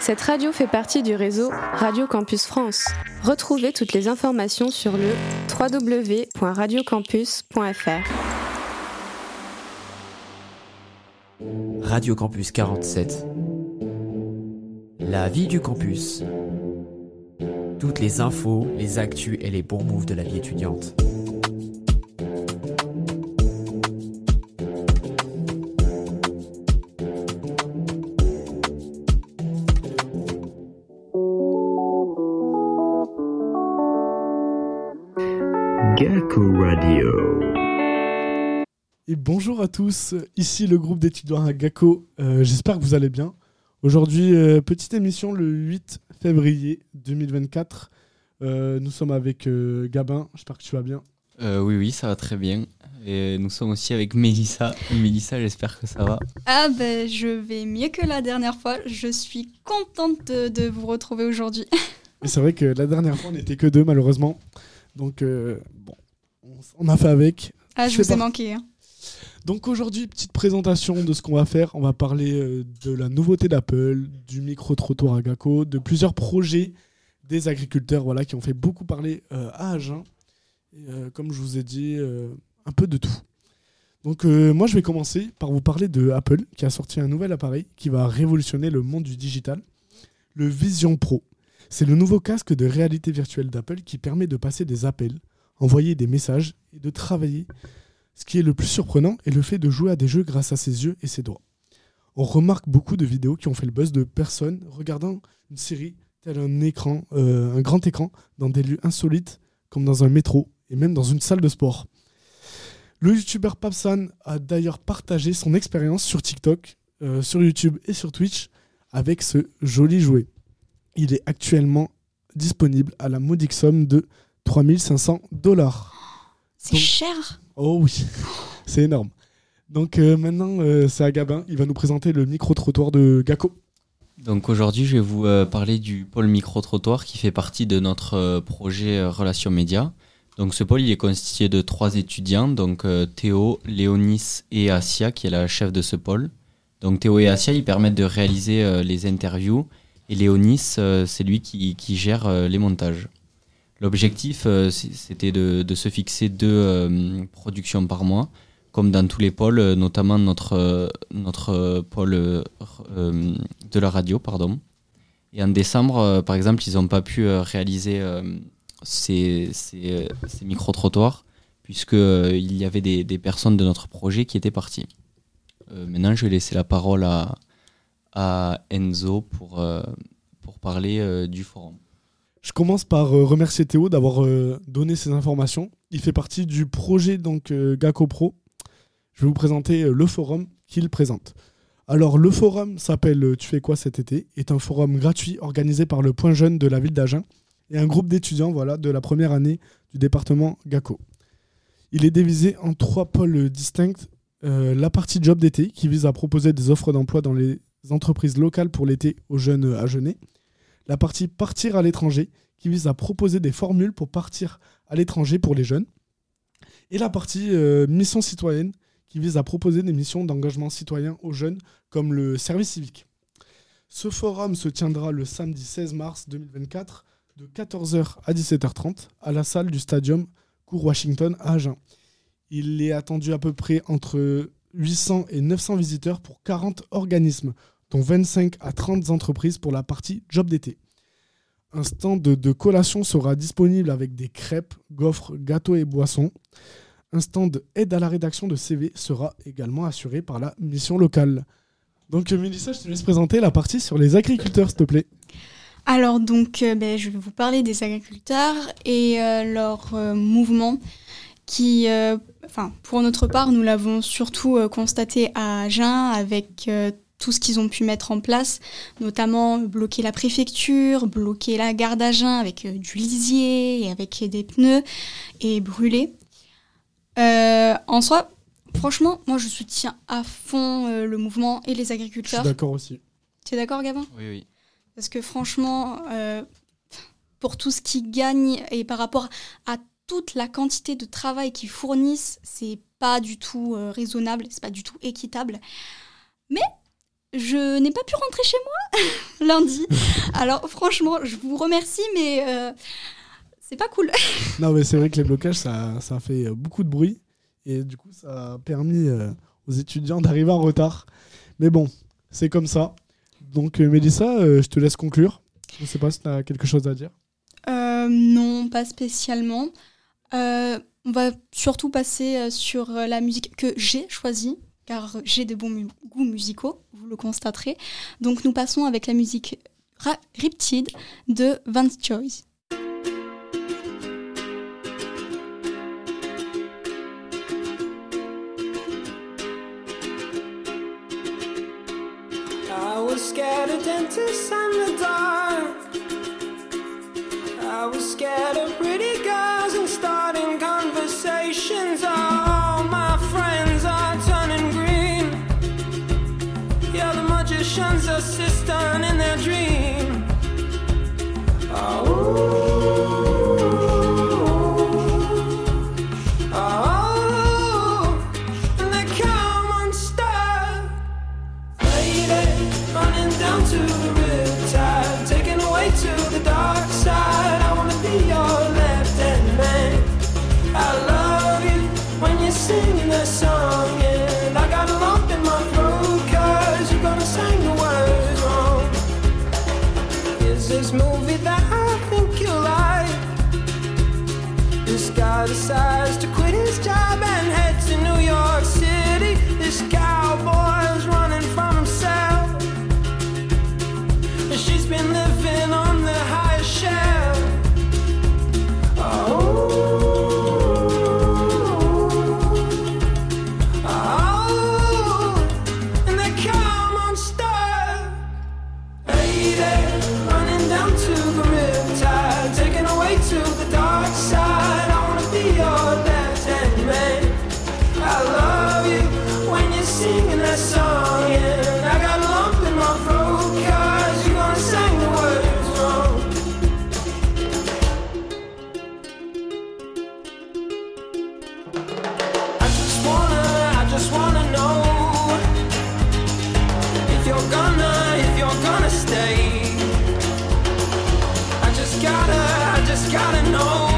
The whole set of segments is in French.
Cette radio fait partie du réseau Radio Campus France. Retrouvez toutes les informations sur le www.radiocampus.fr. Radio Campus 47. La vie du campus. Toutes les infos, les actus et les bons moves de la vie étudiante. Gacko Radio. Et bonjour à tous, ici le groupe d'étudiants à Gacko. J'espère que vous allez bien. Aujourd'hui, petite émission le 8 février 2024. Nous sommes avec Gabin, j'espère que tu vas bien. Oui, ça va très bien. Et nous sommes aussi avec Mélissa. Mélissa, j'espère que ça va. Je vais mieux que la dernière fois. Je suis contente de vous retrouver aujourd'hui. Et c'est vrai que la dernière fois, on n'était que deux, malheureusement. Donc, on a fait avec. Je vous ai manqué. Hein. Donc aujourd'hui, petite présentation de ce qu'on va faire. On va parler de la nouveauté d'Apple, du micro-trottoir à Gacko, de plusieurs projets des agriculteurs qui ont fait beaucoup parler à Agen. Et, comme je vous ai dit, un peu de tout. Donc moi, je vais commencer par vous parler de Apple, qui a sorti un nouvel appareil qui va révolutionner le monde du digital, le Vision Pro. C'est le nouveau casque de réalité virtuelle d'Apple qui permet de passer des appels, envoyer des messages et de travailler. Ce qui est le plus surprenant est le fait de jouer à des jeux grâce à ses yeux et ses doigts. On remarque beaucoup de vidéos qui ont fait le buzz de personnes regardant une série tel un grand écran dans des lieux insolites comme dans un métro et même dans une salle de sport. Le youtubeur Papsan a d'ailleurs partagé son expérience sur TikTok, sur YouTube et sur Twitch avec ce joli jouet. Il est actuellement disponible à la modique somme de $3 500. C'est cher. Oh oui, c'est énorme. Donc maintenant, c'est à Gabin. Il va nous présenter le micro-trottoir de Gacko. Donc aujourd'hui, je vais vous parler du pôle micro-trottoir qui fait partie de notre projet Relations Médias. Donc ce pôle, il est constitué de 3 étudiants, donc Théo, Léonis et Asia, qui est la chef de ce pôle. Donc Théo et Asia, ils permettent de réaliser les interviews. Et Léonis, c'est lui qui gère les montages. L'objectif, c'était de se fixer 2 productions par mois, comme dans tous les pôles, notamment notre pôle de la radio. Et en décembre, par exemple, ils n'ont pas pu réaliser ces micro-trottoirs, puisqu'il y avait des personnes de notre projet qui étaient parties. Maintenant, je vais laisser la parole à Enzo pour parler du forum. Je commence par remercier Théo d'avoir donné ces informations. Il fait partie du projet Gacko Pro. Je vais vous présenter le forum qu'il présente. Alors le forum s'appelle « Tu fais quoi cet été ?» est un forum gratuit organisé par le Point Jeune de la ville d'Agen et un groupe d'étudiants de la première année du département Gacko. Il est divisé en 3 pôles distincts. La partie job d'été qui vise à proposer des offres d'emploi dans les entreprises locales pour l'été aux jeunes agenais. La partie partir à l'étranger qui vise à proposer des formules pour partir à l'étranger pour les jeunes. Et la partie mission citoyenne qui vise à proposer des missions d'engagement citoyen aux jeunes comme le service civique. Ce forum se tiendra le samedi 16 mars 2024 de 14h à 17h30 à la salle du Stadium Cours Washington à Agen. Il est attendu à peu près entre 800 et 900 visiteurs pour 40 organismes, dont 25 à 30 entreprises pour la partie job d'été. Un stand de collation sera disponible avec des crêpes, gaufres, gâteaux et boissons. Un stand aide à la rédaction de CV sera également assuré par la mission locale. Donc Mélissa, je te laisse présenter la partie sur les agriculteurs, s'il te plaît. Alors je vais vous parler des agriculteurs et leur mouvement qui, pour notre part, nous l'avons surtout constaté à Agen avec tout ce qu'ils ont pu mettre en place, notamment bloquer la préfecture, bloquer la gare d'Agen avec du lisier et avec des pneus et brûler. En soi, franchement, moi je soutiens à fond le mouvement et les agriculteurs. Je suis d'accord aussi. Tu es d'accord, Gabin ? Oui. Parce que franchement, pour tout ce qu'ils gagnent et par rapport à toute la quantité de travail qu'ils fournissent, c'est pas du tout raisonnable, c'est pas du tout équitable. Mais je n'ai pas pu rentrer chez moi lundi. Alors franchement, je vous remercie, mais c'est pas cool. Non, mais c'est vrai que les blocages, ça a fait beaucoup de bruit. Et du coup, ça a permis aux étudiants d'arriver en retard. Mais bon, c'est comme ça. Donc, Mélissa, je te laisse conclure. Je ne sais pas si tu as quelque chose à dire. Non, pas spécialement. On va surtout passer sur la musique que j'ai choisie, car j'ai de bons goûts musicaux, vous le constaterez. Donc, nous passons avec la musique Riptide de Vance Joyce. I was scared of dentists and the dark. I was scared of pretty girls and starting conversations. All my friends are turning green. Yeah, the magician's assistant in their dream. To the riptide, taken away to the dark side. I wanna be your left-hand man. I love you when you're singing that song, and I got a lump in my throat 'cause you're gonna sing the words wrong. Is this movie that I think you like? This guy decides to quit his job and head to New York City. This cowboy's running from himself. She's been living on the higher shelf. And they come on star. Lady, running down to the riptide, taken away to the dark side. I wanna be your left-hand man. I love you when you're singing that song, and I got a lump in my throat 'cause you're gonna sing the words wrong. I just wanna know if you're gonna stay. I just gotta know.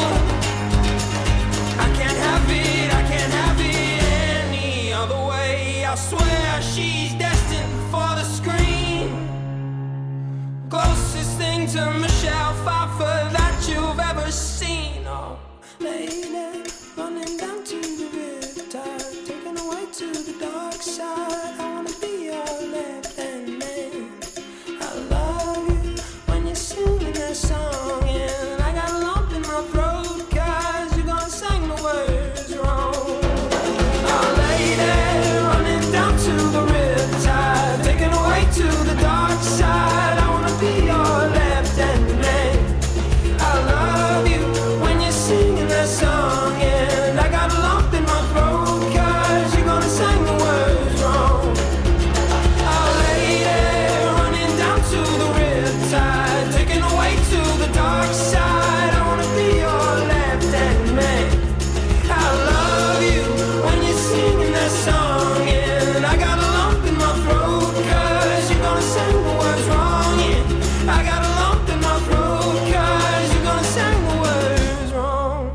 I can't have it any other way. I swear she's destined for the screen. Closest thing to Michelle Pfeiffer that you've ever seen. Oh, lady, running down to the riptide, taken away to the dark side. I wanna be your left-hand man. I love you when you're singing that song, and I got a lump in my throat 'cause you're gonna sing the words wrong. Oh, lady, running down to the riptide, taken away to the dark side. I wanna be your left-hand man. I love you when you're singing that song, and I got a lump in my throat 'cause you're gonna sing the words wrong. Oh, lady, running down to the riptide, taken away to the dark side. I wanna be your left-hand man. I love you when you're singing that song, and I got a lump in my throat 'cause you're gonna sing the words wrong. Yeah, I got a lump in my throat 'cause you're gonna sing the words wrong.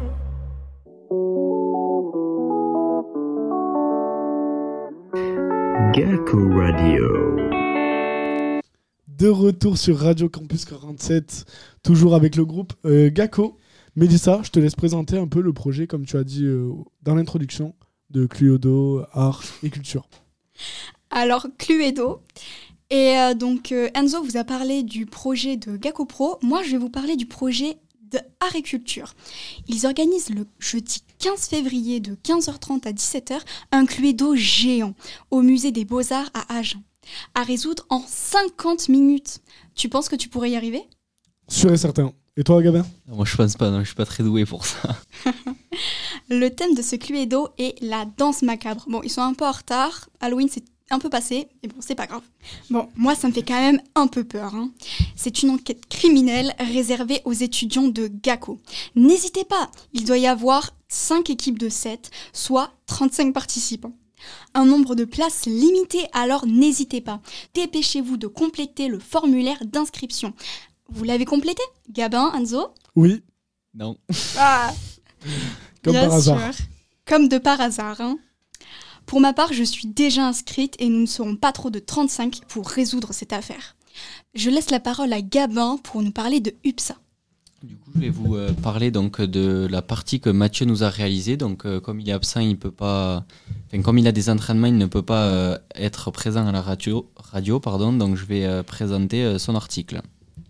Gacko Radio. De retour sur Radio Campus 47, toujours avec le groupe Gacko. Mélissa, je te laisse présenter un peu le projet, comme tu as dit dans l'introduction, de Cluedo, Art et Culture. Alors, Cluedo. Et donc, Enzo vous a parlé du projet de Gacko Pro. Moi, je vais vous parler du projet de Art et Culture. Ils organisent le jeudi 15 février de 15h30 à 17h un Cluedo géant au musée des Beaux-Arts à Agen, à résoudre en 50 minutes. Tu penses que tu pourrais y arriver ? Sûr et certain. Et toi, Gabin ? Moi, je pense pas, non, je suis pas très doué pour ça. Le thème de ce Cluedo est la danse macabre. Bon, ils sont un peu en retard. Halloween, c'est un peu passé, mais bon, c'est pas grave. Bon, moi, ça me fait quand même un peu peur. C'est une enquête criminelle réservée aux étudiants de Gacko. N'hésitez pas, il doit y avoir 5 équipes de 7, soit 35 participants. Un nombre de places limité, alors n'hésitez pas. Dépêchez-vous de compléter le formulaire d'inscription. Vous l'avez complété, Gabin, Enzo ? Oui, Non. Ah, comme bien par hasard. sûr. Comme de par hasard. Hein. Pour ma part, je suis déjà inscrite et nous ne serons pas trop de 35 pour résoudre cette affaire. Je laisse la parole à Gabin pour nous parler de UPSA. Du coup, je vais vous parler donc de la partie que Mathieu nous a réalisée. Donc, comme il est absent, il peut pas. Enfin, comme il a des entraînements, il ne peut pas être présent à la radio. Donc, je vais présenter son article.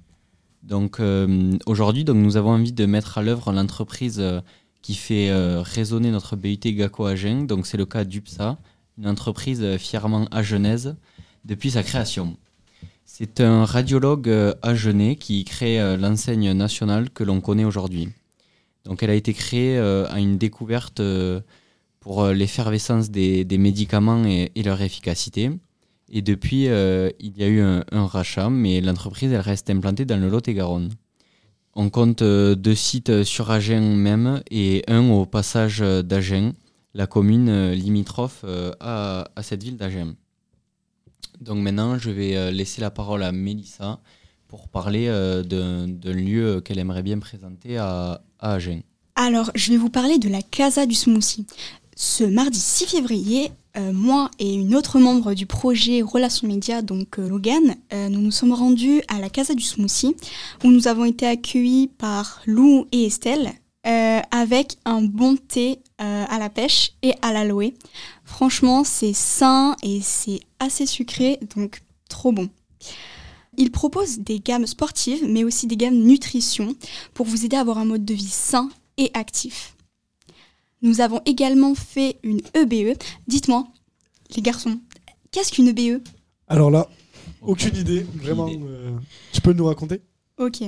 Donc, aujourd'hui, nous avons envie de mettre à l'œuvre l'entreprise qui fait résonner notre BUT GACO Agen. Donc, c'est le cas d'UPSA, une entreprise fièrement agenaise depuis sa création. C'est un radiologue agenais qui crée l'enseigne nationale que l'on connaît aujourd'hui. Donc, elle a été créée à une découverte pour l'effervescence des médicaments et leur efficacité. Et depuis, il y a eu un rachat, mais l'entreprise elle reste implantée dans le Lot-et-Garonne. On compte 2 sites sur Agen même et un au passage d'Agen, la commune limitrophe à cette ville d'Agen. Donc maintenant, je vais laisser la parole à Mélissa pour parler d'un lieu qu'elle aimerait bien présenter à Agen. Alors, je vais vous parler de la Casa du Smoothie. Ce mardi 6 février, moi et une autre membre du projet Relations Médias, donc Logan, nous nous sommes rendus à la Casa du Smoothie où nous avons été accueillis par Lou et Estelle avec un bon thé à la pêche et à l'aloe. Franchement, c'est sain et c'est assez sucré, donc trop bon. Ils proposent des gammes sportives, mais aussi des gammes nutrition pour vous aider à avoir un mode de vie sain et actif. Nous avons également fait une EBE. Dites-moi, les garçons, qu'est-ce qu'une EBE ? Alors là, aucune idée. Vraiment, tu peux nous raconter ? Ok.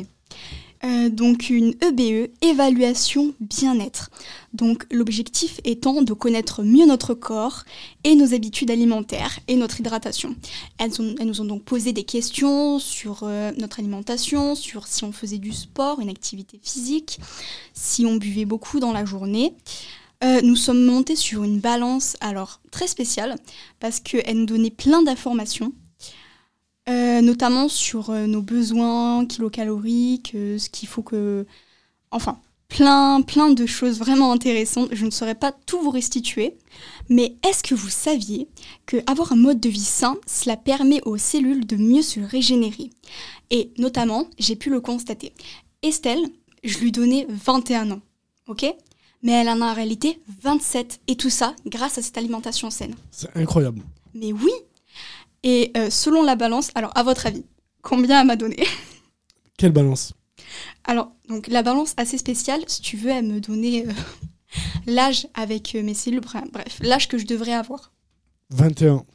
Donc une EBE, évaluation bien-être. Donc l'objectif étant de connaître mieux notre corps et nos habitudes alimentaires et notre hydratation. Elles nous ont donc posé des questions sur notre alimentation, sur si on faisait du sport, une activité physique, si on buvait beaucoup dans la journée. Nous sommes montés sur une balance alors très spéciale parce qu'elle nous donnait plein d'informations. Notamment sur nos besoins kilocaloriques, ce qu'il faut que... Enfin, plein de choses vraiment intéressantes. Je ne saurais pas tout vous restituer. Mais est-ce que vous saviez qu'avoir un mode de vie sain, cela permet aux cellules de mieux se régénérer ? Et notamment, j'ai pu le constater. Estelle, je lui donnais 21 ans, ok ? Mais elle en a en réalité 27. Et tout ça grâce à cette alimentation saine. C'est incroyable. Mais oui ! Et selon la balance, alors à votre avis, combien elle m'a donné ? Quelle balance ? Alors, donc la balance assez spéciale, si tu veux, elle me donnait l'âge avec mes cellules, bref, l'âge que je devrais avoir. 21.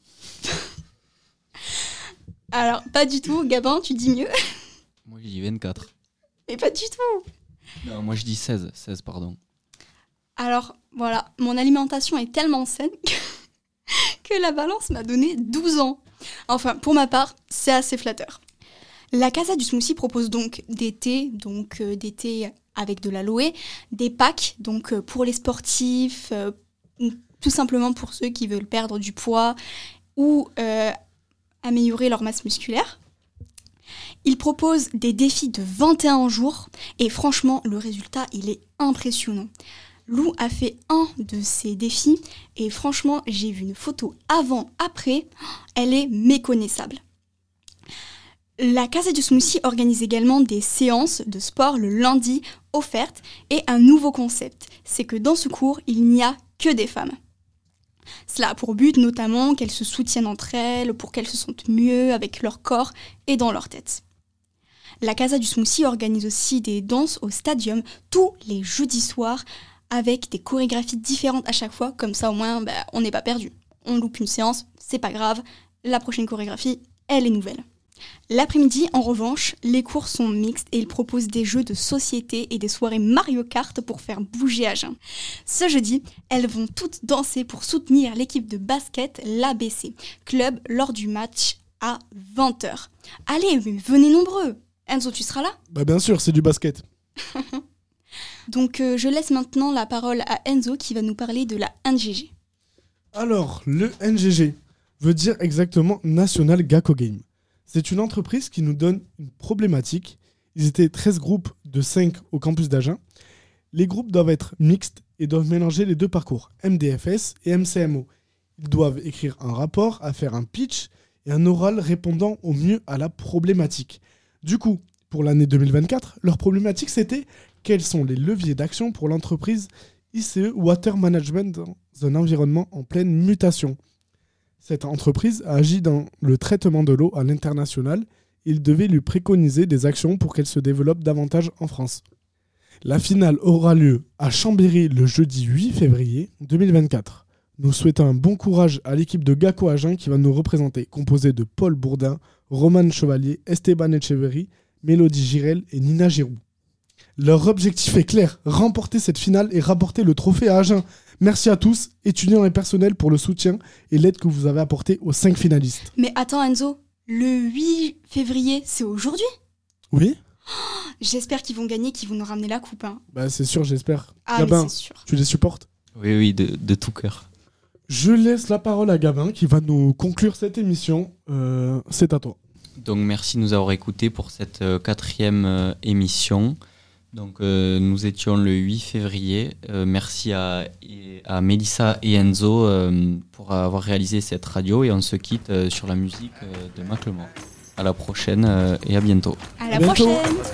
Alors, pas du tout, Gabin, tu dis mieux ? Moi, je dis 24. Mais pas du tout. Non, moi, je dis 16, pardon. Alors, voilà, mon alimentation est tellement saine que la balance m'a donné 12 ans. Enfin, pour ma part, c'est assez flatteur. La Casa du Smoothie propose donc des thés, avec de l'aloe, des packs, donc pour les sportifs, tout simplement pour ceux qui veulent perdre du poids ou améliorer leur masse musculaire. Il propose des défis de 21 jours et franchement, le résultat, il est impressionnant. Lou a fait un de ces défis et franchement, j'ai vu une photo avant-après, elle est méconnaissable. La Casa du Smoothie organise également des séances de sport le lundi offertes et un nouveau concept, c'est que dans ce cours, il n'y a que des femmes. Cela a pour but notamment qu'elles se soutiennent entre elles pour qu'elles se sentent mieux avec leur corps et dans leur tête. La Casa du Smoothie organise aussi des danses au stadium tous les jeudis soirs avec des chorégraphies différentes à chaque fois, comme ça au moins on n'est pas perdu. On loupe une séance, c'est pas grave, la prochaine chorégraphie, elle est nouvelle. L'après-midi, en revanche, les cours sont mixtes et ils proposent des jeux de société et des soirées Mario Kart pour faire bouger Agen. Ce jeudi, elles vont toutes danser pour soutenir l'équipe de basket, l'ABC Club, lors du match à 20h. Allez, venez nombreux. Enzo, tu seras là ? Bien sûr, c'est du basket. Donc je laisse maintenant la parole à Enzo qui va nous parler de la NGG. Alors, le NGG veut dire exactement National Gakko Game. C'est une entreprise qui nous donne une problématique. Ils étaient 13 groupes de 5 au campus d'Agen. Les groupes doivent être mixtes et doivent mélanger les deux parcours, MDFS et MCMO. Ils doivent écrire un rapport, faire un pitch et un oral répondant au mieux à la problématique. Du coup, pour l'année 2024, leur problématique c'était quels sont les leviers d'action pour l'entreprise ICE Water Management dans un environnement en pleine mutation. Cette entreprise a agi dans le traitement de l'eau à l'international. Il devait lui préconiser des actions pour qu'elle se développe davantage en France. La finale aura lieu à Chambéry le jeudi 8 février 2024. Nous souhaitons un bon courage à l'équipe de Gakko Agen qui va nous représenter, composée de Paul Bourdin, Roman Chevalier, Esteban Echeverry, Mélodie Girel et Nina Giroud. Leur objectif est clair, remporter cette finale et rapporter le trophée à Agen. Merci à tous, étudiants et personnels, pour le soutien et l'aide que vous avez apporté aux 5 finalistes. Mais attends Enzo, le 8 février, c'est aujourd'hui ? Oui ? J'espère qu'ils vont gagner, qu'ils vont nous ramener la coupe. Hein. Bah c'est sûr, j'espère. Ah Gabin, mais c'est sûr. tu les supportes ? Oui, de tout cœur. Je laisse la parole à Gabin qui va nous conclure cette émission. C'est à toi. Donc merci de nous avoir écoutés pour cette 4e émission. Donc nous étions le 8 février. Merci à Mélissa et Enzo pour avoir réalisé cette radio et on se quitte sur la musique de Maclemore. À la prochaine et à bientôt. À la prochaine.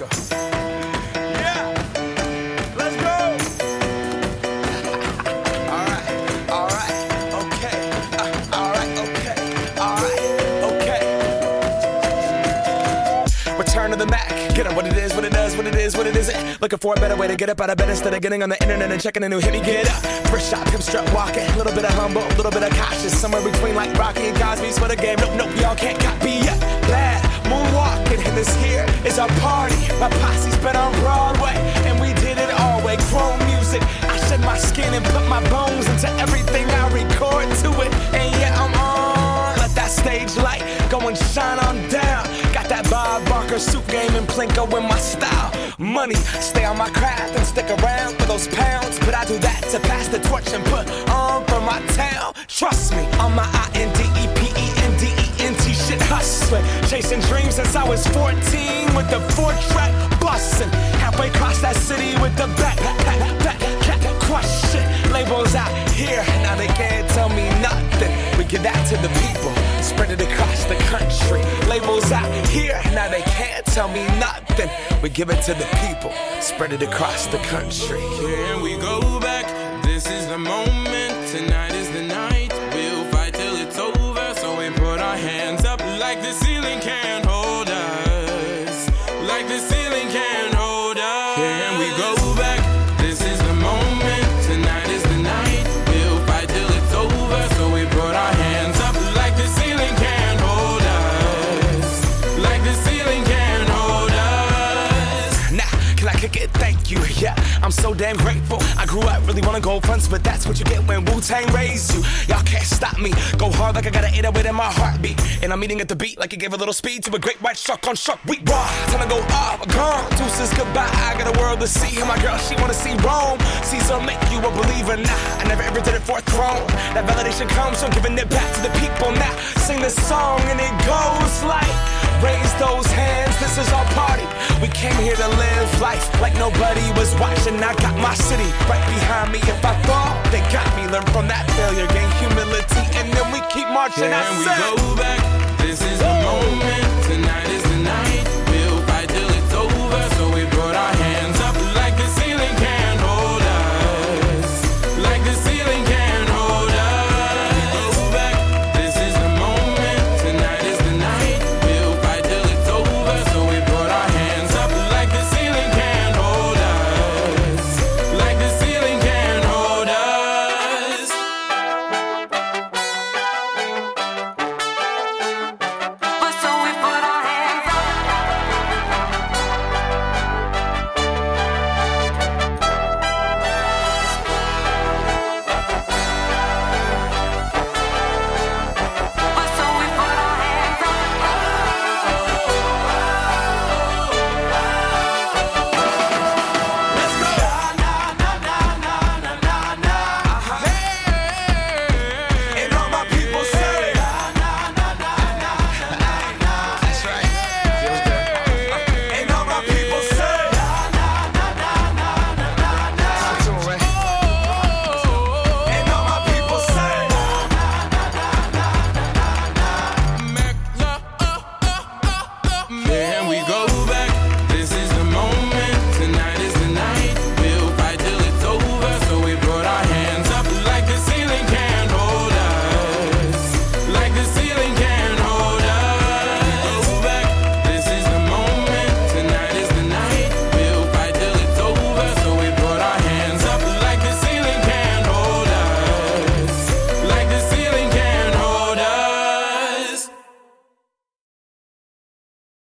To the Mac, get up what it is, what it does, what it is, what it isn't. Looking for a better way to get up out of bed instead of getting on the internet and checking a new hit. Me get up, first shot, pimp strut walking, a little bit of humble, a little bit of cautious, somewhere between like Rocky and Cosby's for the game. Nope, y'all can't copy yet. Glad moonwalking, and this here is our party. My posse's been on Broadway, and we did it all way. Chrome music, I shed my skin and put my bones into everything I record to it. And yeah, I'm on. Let that stage light go and shine on down. Got that Bob Barker suit game and Plinko in my style. Money, stay on my craft and stick around for those pounds. But I do that to pass the torch and put on for my town. Trust me, on my INDEPENDENT shit hustling. Chasing dreams since I was 14 with the 4-track bustin'. Halfway across that city with the back crush shit. Labels out here, now they can't tell me nothing. We give that to the people, spread it across the country. Labels out here, now they can't tell me nothing. We give it to the people, spread it across the country. Here we go back, this is the moment, tonight is the night. We'll fight till it's over, so we put our hands up like the ceiling can't hold us. Like the ceiling can't hold us. Here we go back, this is the moment, tonight is the night. We'll fight till it's over, so we put our hands up like the ceiling can't hold us. Like the ceiling can't hold us. Nah, can I kick it? Thank you, yeah, I'm so damn grateful. I grew up really wanna go fronts, but that's what you get when Wu-Tang raised you. Y'all can't stop me, go hard like I got an 808 in my heartbeat. And I'm eating at the beat like it gave a little speed to a great white shark on Shark Week. Raw, time to go off, gone, deuces goodbye. I got a world to see, and my girl, she wanna see Rome. Caesar make you a believer, nah, I never ever did it for a throne. That validation comes from giving it back to the people. Now, sing this song and it goes like, raise those hands, this is our party. We came here to live life like nobody was watching. I got my city right behind me. If I fall, they got me. Learn from that failure, gain humility, and then we keep marching. And we go back, this is the moment.